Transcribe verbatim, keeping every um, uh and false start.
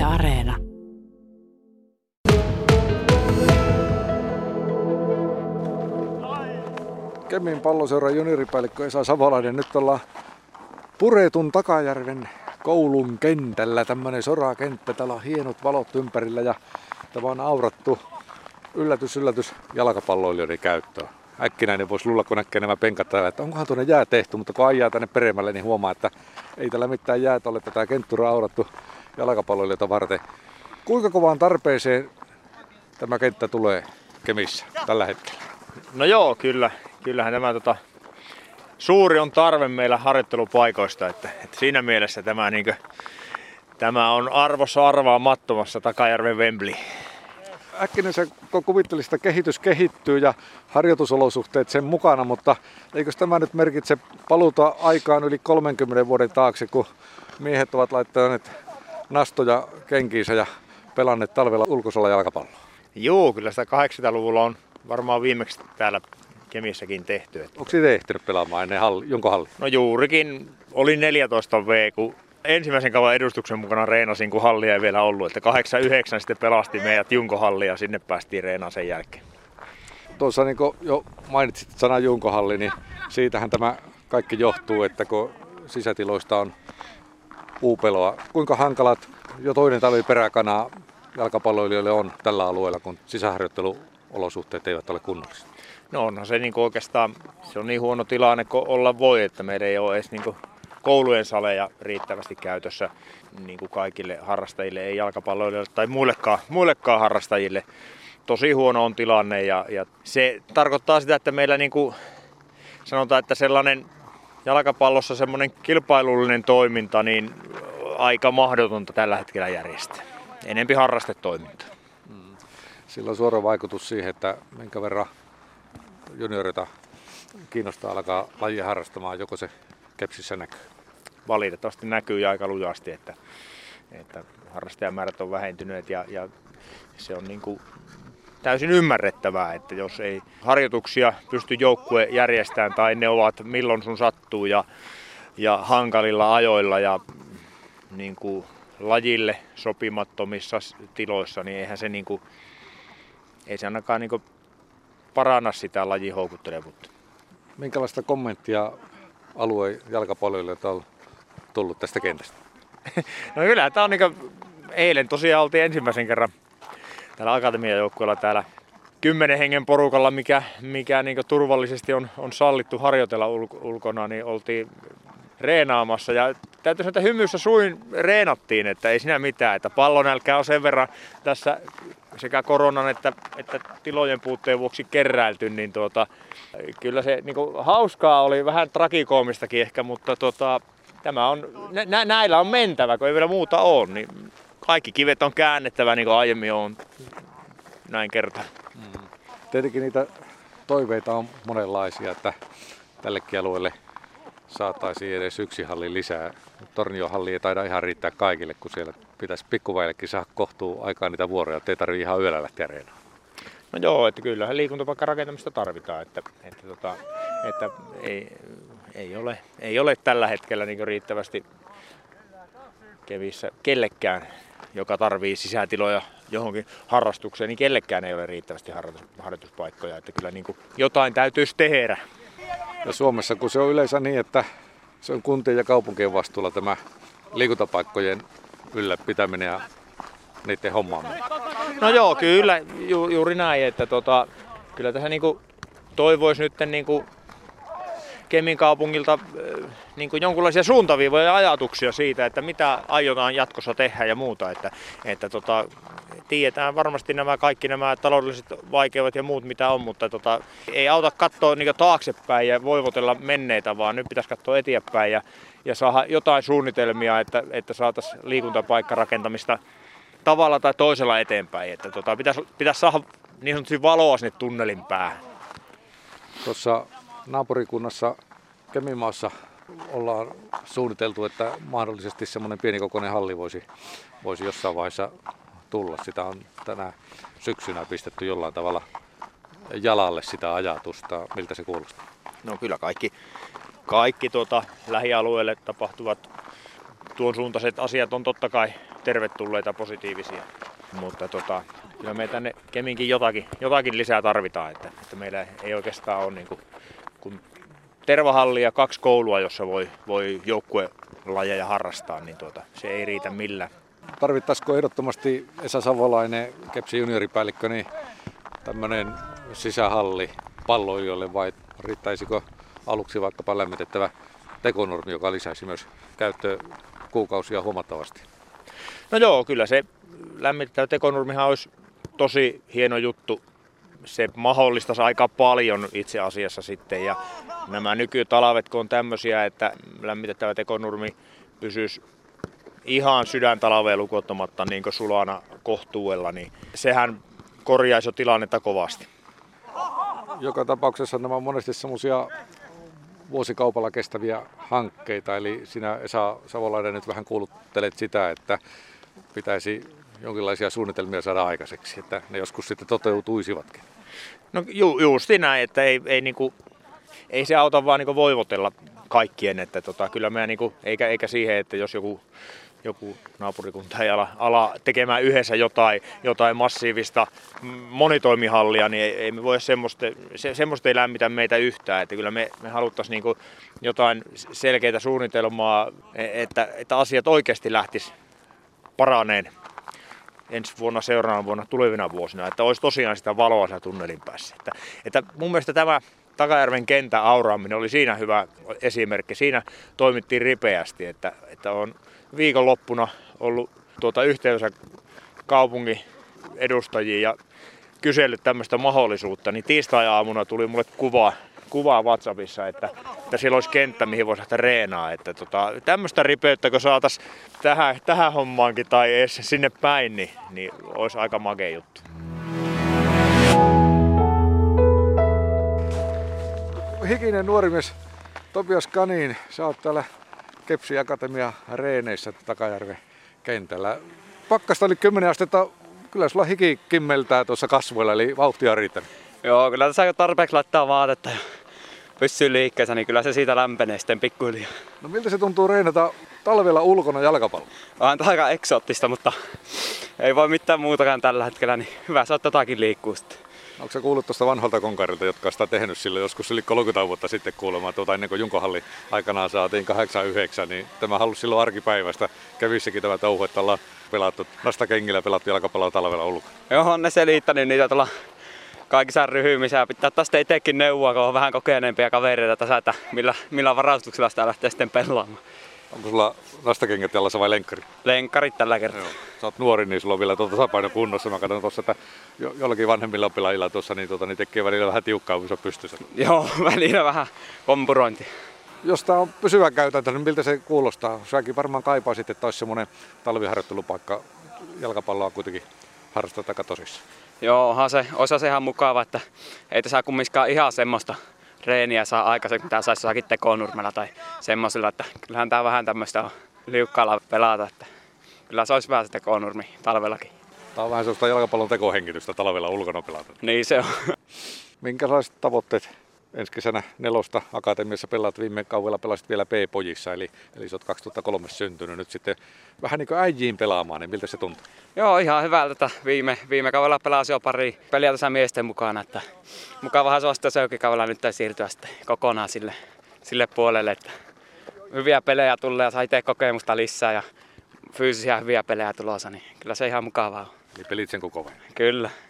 Areena. Kemin Palloseuran junioripäällikkö Esa Savolainen. Nyt ollaan Puretun Takajärven koulun kentällä. Tämmönen sorakenttä. Täällä on hienot valot ympärillä ja tämä on aurattu yllätys, yllätys jalkapalloilijoiden käyttöön. Äkkinäinen voisi luulla, kun näkee nämä penkat täällä, että onkohan tuonne jää tehty, mutta kun ajaa tänne peremmälle, niin huomaa, että ei tällä mitään jäätä ole. Tätä kenttura on aurattu jalkapalloilijoita varten. Kuinka kovaan tarpeeseen tämä kenttä tulee Kemissä tällä hetkellä? No joo, kyllä. Kyllähän tämä tota, suuri on tarve meillä harjoittelupaikoista, että, että siinä mielessä tämä, niin kuin, tämä on arvossa arvaamattomassa Takajärven Wembley. Äkkinen se kuvittelisit, että kehitys kehittyy ja harjoitusolosuhteet sen mukana, mutta eikö tämä nyt merkitse paluuta aikaan yli kolmenkymmenen vuoden taakse, kun miehet ovat laittaneet nastoja kenkiinsä ja pelanneet talvella ulkosalla jalkapalloa? Joo, kyllä sitä kahdeksankymmentäluvulla on varmaan viimeksi täällä Kemissäkin tehty. Onko siitä ehtinyt pelaamaan ennen halli, jonko halli? No juurikin oli neljätoista vuotta, kun ensimmäisen kauan edustuksen mukana reenasin, kun hallia ei vielä ollut. Että kahdeksan yhdeksän sitten pelasti meidät Junkohallia ja sinne päästiin reenaan sen jälkeen. Tuossa niin kuin jo mainitsit sanan Junkohalli, niin siitähän tämä kaikki johtuu, että kun sisätiloista on uupeloa. Kuinka hankalat jo toinen talvi peräkanaa jalkapalloilijoille on tällä alueella, kun sisäharjoitteluolosuhteet eivät ole kunnollisia? No onhan se niin oikeastaan, se on niin huono tilanne kuin olla voi, että meillä ei ole edes niin koulujen saleja riittävästi käytössä niin kuin kaikille harrastajille, ei jalkapalloilijoille tai muillekaan, muillekaan harrastajille. Tosi huono on tilanne ja, ja se tarkoittaa sitä, että meillä niin kuin sanotaan, että sellainen jalkapallossa semmoinen kilpailullinen toiminta niin aika mahdotonta tällä hetkellä järjestää. Enempi harrastetoiminta. Sillä on suora vaikutus siihen, että minkä verran juniorita kiinnostaa alkaa lajia harrastamaan, joko se Kepsissä näkyy? Valitettavasti näkyy ja aika lujasti, että, että harrastajamäärät on vähentyneet ja, ja se on niin kuin täysin ymmärrettävää, että jos ei harjoituksia pysty joukkue järjestämään tai ne ovat milloin sun sattuu ja, ja hankalilla ajoilla ja niin kuin lajille sopimattomissa tiloissa, niin eihän se, niin kuin, ei se ainakaan niin kuin paranna sitä lajin houkuttelevuutta. Minkälaista kommenttia alueen jalkapalloilijoilta on tullut tästä kentästä? No kyllä, tämä on niin kuin, eilen tosiaan oltiin ensimmäisen kerran täällä akatemiajoukkueella täällä kymmenen hengen porukalla, mikä, mikä niin kuin turvallisesti on, on sallittu harjoitella ulko, ulkona, niin oltiin reenaamassa ja täytyy sanoa, että hymyssä suin reenattiin, että ei siinä mitään, että pallonälkä on sen verran tässä sekä koronan että, että tilojen puutteen vuoksi keräilty, niin tuota, kyllä se niin kuin, hauskaa oli, vähän trakikoomistakin ehkä, mutta tuota, tämä on, nä, näillä on mentävä, kun ei vielä muuta ole, niin kaikki kivet on käännettävä, niin kuin aiemmin on näin kertonut. Mm. Tietenkin niitä toiveita on monenlaisia, että tällekin alueelle saataisiin edes yksi halli lisää. Tornion halli ei taida ihan riittää kaikille, kun siellä pitäisi pikkuväillekin saada kohtuu aikaa niitä vuoroja, ettei tarvitse ihan yöllä lähteä reenaan. No joo, että kyllähän liikuntapaikkan rakentamista tarvitaan, että, että, tota, että ei, ei, ole, ei ole tällä hetkellä niin riittävästi Kevissä kellekään, joka tarvii sisätiloja johonkin harrastukseen, niin kellekään ei ole riittävästi harjoituspaikkoja, että kyllä niin kuin jotain täytyisi tehdä. Ja Suomessa, kun se on yleensä niin, että se on kuntien ja kaupunkien vastuulla tämä liikuntapaikkojen ylläpitäminen ja niiden hommaaminen. No joo, kyllä ju, juuri näin, että tota, kyllä tässä niinku toivoisi nyt niinku Kemin kaupungilta niinku jonkinlaisia suuntaviivoja ja ajatuksia siitä, että mitä aiotaan jatkossa tehdä ja muuta, että, että tota, tiedetään varmasti nämä kaikki nämä taloudelliset vaikeudet ja muut mitä on, mutta tota, ei auta katsoa niinku taaksepäin ja voivotella menneitä, vaan nyt pitäisi katsoa eteenpäin ja, ja saada jotain suunnitelmia, että, että saataisiin liikuntapaikkarakentamista tavalla tai toisella eteenpäin, että tota, pitäisi, pitäisi saada niin sanotusti valoa sinne tunnelin päähän. Tuossa naapurikunnassa Keminmaassa ollaan suunniteltu, että mahdollisesti semmoinen pienikokoinen halli voisi, voisi jossain vaiheessa tulla. Sitä on tänä syksynä pistetty jollain tavalla jalalle sitä ajatusta. Miltä se kuulostaa? No kyllä kaikki, kaikki tuota, lähialueelle tapahtuvat tuon suuntaiset asiat on totta kai tervetulleita, positiivisia. Mutta tota, kyllä me tänne Keminkin jotakin, jotakin lisää tarvitaan, että, että meillä ei oikeastaan ole niin kuin, kun tervahalli ja kaksi koulua, jossa voi, voi joukkuelajeja harrastaa, niin tuota, se ei riitä millään. Tarvittaisiko ehdottomasti Esa Savolainen, Kepsin junioripäällikkö, niin tämmöinen sisähalli palloilijoille vai riittäisikö aluksi vaikkapa lämmitettävä tekonurmi, joka lisäisi myös käyttökuukausia huomattavasti? No joo, kyllä se lämmittävä tekonurmihan olisi tosi hieno juttu. Se mahdollistaisi aika paljon itse asiassa sitten. Ja nämä nykytalvet, kun on tämmöisiä, että lämmitettävä tekonurmi pysyisi ihan sydäntalveen lukottamatta niin kuin sulana kohtuudella, niin sehän korjaisi jo tilannetta kovasti. Joka tapauksessa nämä on monesti semmoisia vuosikaupalla kestäviä hankkeita, eli sinä Esa Savolainen nyt vähän kuuluttelet sitä, että pitäisi jonkinlaisia suunnitelmia saada aikaiseksi, että ne joskus sitten toteutuisivatkin. No ju, juuri näin, että ei, ei, niinku, ei se auta vaan niinku voivotella kaikkien, että tota, kyllä meidän, niinku, eikä, eikä siihen, että jos joku, joku naapurikunta ei ala, ala tekemään yhdessä jotain, jotain massiivista monitoimihallia, niin ei, ei me voi semmoista, se, semmoista ei lämmitä meitä yhtään, että kyllä me, me haluttaisiin niinku jotain selkeää suunnitelmaa, että, että asiat oikeasti lähtis paraneen ensi vuonna, seuraavana vuonna, tulevina vuosina, että olisi tosiaan sitä valoa siellä tunnelin päässä. Että, että mun mielestä tämä Takajärven kentän auraaminen oli siinä hyvä esimerkki. Siinä toimittiin ripeästi, että, että on viikonloppuna ollut tuota yhteydessä kaupungin edustajia ja kysellyt tämmöistä mahdollisuutta, niin tiistai-aamuna tuli mulle kuva, kuvaa WhatsAppissa, että, että siellä olisi kenttä, mihin voisi lähteä reenaa. Että tota, tämmöistä ripeyttä, kun saataisiin tähän, tähän hommaankin tai edes sinne päin, niin, niin olisi aika makea juttu. Hikinen nuori mies Topias Kanin, sä oot täällä Kepsin Akatemia reeneissä Takajärven kentällä. Pakkasta oli kymmenen astetta, kyllä sulla hiki kimmeltää tuossa kasvoilla, eli vauhtia riittänyt. Joo, kyllä tässä tarpeeksi laittaa vaatetta ja pysyy liikkeessä, niin kyllä se siitä lämpenee sitten pikkuhiljaa. No miltä se tuntuu reenata talvella ulkona jalkapalloa? On aika eksoottista, mutta ei voi mitään muutakaan tällä hetkellä, niin hyvä se on totakin liikkuu sitten. Onko sä kuullut tuosta vanhalta konkarilta, jotka on sitä tehnyt silloin joskus yli kolmekymmentä vuotta sitten kuulemaan, tuota ennen kuin Junkohalli aikanaan saatiin kahdeksankymmentäyhdeksän, niin tämä halusi silloin arkipäivästä. Kävissäkin tämä touhu, että ollaan pelattu nastakengillä, pelattu jalkapalloa talvella ulkona. Joo, on ne selittänyt niitä tuolla kaikissa ryhmissä ja pitää tästä itsekin neuvoa, kun on vähän kokeneempia kavereita tässä, että millä, millä varaustuksella sitä lähtee sitten pelaamaan. Onko sulla nastakengät jalassa vai lenkkari? Lenkkarit tällä kertaa. Joo. Sä oot nuori, niin sulla on vielä tuota tasapaino kunnossa. Mä katson tuossa, että jo, jollakin vanhemmilla pelaajilla tuossa niin, tuota, niin tekee välillä vähän tiukkaa, kun se on pystyssä. Joo, välillä vähän kompurointi. Jos tää on pysyvä käytäntö, niin miltä se kuulostaa? Säkin varmaan kaipaisit, että olisi semmoinen talviharjoittelupaikka. Jalkapalloa on kuitenkin harrastaa aika tosissaan. Joo, onhan se, olisi se ihan mukava, että ei tässä kumminkaan ihan semmoista reeniä saa aikaisemmin, mitä saisi jossakin tekonurmella tai semmoisella, että kyllähän tää vähän tämmöistä on liukkaalla pelata, että kyllä se olisi vähän se tekonurmi talvellakin. Tää on vähän sellaista jalkapallon tekohengitystä talvella ulkona pelata. Niin se on. Minkälaiset tavoitteet ensi kesänä nelosta Akatemiassa pelaat? Viime kaudella pelasit vielä P-pojissa, eli, eli sä oot kaksituhattakolme syntynyt nyt sitten vähän niin kuin äijiin pelaamaan, niin miltä se tuntuu? Joo, ihan hyvältä. Viime, viime kaudella pelasin jo pari peliä tässä miesten mukana, että mukavahan se on sitten seuraavalla kaudella nyt siirtyä sitten kokonaan sille, sille puolelle, että hyviä pelejä tulee ja saa itse kokemusta lisää ja fyysisiä hyviä pelejä tulossa, niin kyllä se ihan mukavaa on. Eli pelit sen koko vai? Kyllä.